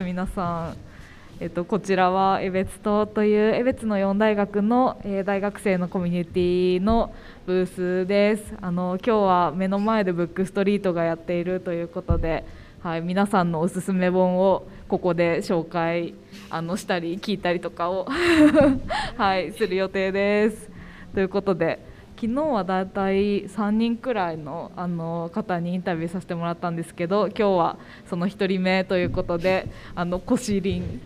皆さん。こちらは江別島という江別の4大学の、大学生のコミュニティのブースです。今日は目の前でブックストリートがやっているということで、はい、皆さんのおすすめ本をここで紹介したり聞いたりとかを、はい、する予定です。ということで昨日はだいたい3人くらいの、方にインタビューさせてもらったんですけど、今日はその1人目ということでコシリン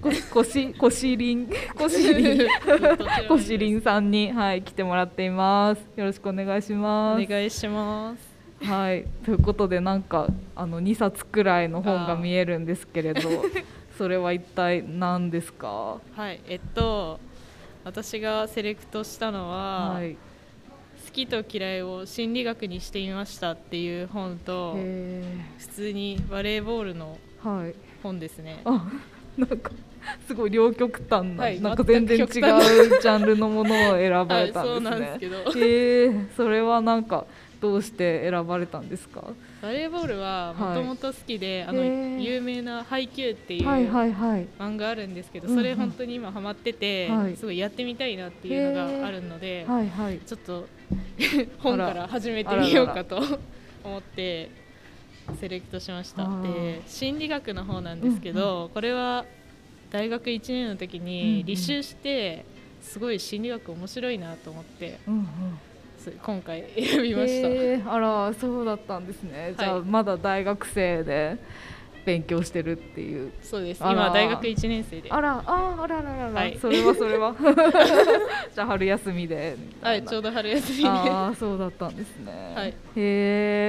さんに、はい、来てもらっています。よろしくお願いします。 お願いします。 はい、ということでなんか2冊くらいの本が見えるんですけれどそれは一体何ですか？ はい、私がセレクトしたのは、はい、好きと嫌いを心理学にしてみましたっていう本と、普通にバレーボールの本ですね。 はい、なんかすごい両極端な、はい、なんか全然違うジャンルのものを選ばれたんですね。はい、そうなんですけどそれはなんかどうして選ばれたんですか？ バレーボールはもともと好きで、有名なハイキューっていう漫画あるんですけど、それ本当に今ハマってて、すごいやってみたいなっていうのがあるので、ちょっと本から始めてみようかと思ってセレクトしました。で、心理学の方なんですけど、これは大学1年の時に履修してすごい心理学面白いなと思って、今回選びました。 あら、そうだったんですね。じゃあまだ大学生で勉強してるっていう。 そうです。今大学1年生で。 あら、はい、それはじゃあ春休みでみたいな。 はい、ちょうど春休みで。 ああ、そうだったんですね。はい、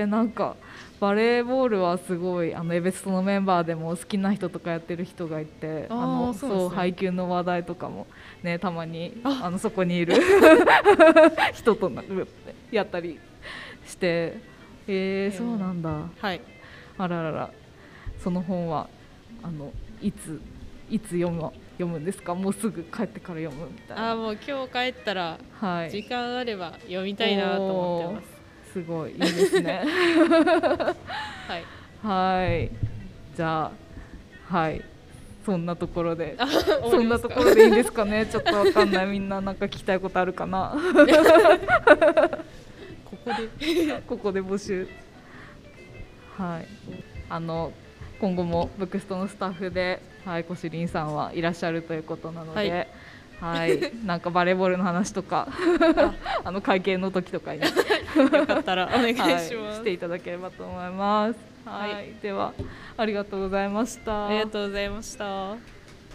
なんかバレーボールはすごい江別のメンバーでも好きな人とかやってる人がいて、そう配給の話題とかもね、たまにそこにいる人とやったりして、そうなんだ。 はい。 あららら、その本はいつ読むんですか？もうすぐ帰ってから読むみたいな。 もう今日帰ったら、時間あれば読みたいなと思ってます。 すごいいいですね。はい、じゃあ、はい、そんなところでいいんですかね。ちょっとわかんない。みんななんか聞きたいことあるかな。ここで募集。はい、今後もブックストのスタッフで、はい、コシリンさんはいらっしゃるということなので、はい、なんかバレーボールの話とか会見の時とかによかったらお願いします。 していただければと思います。はい、ではありがとうございました。 ありがとうございました。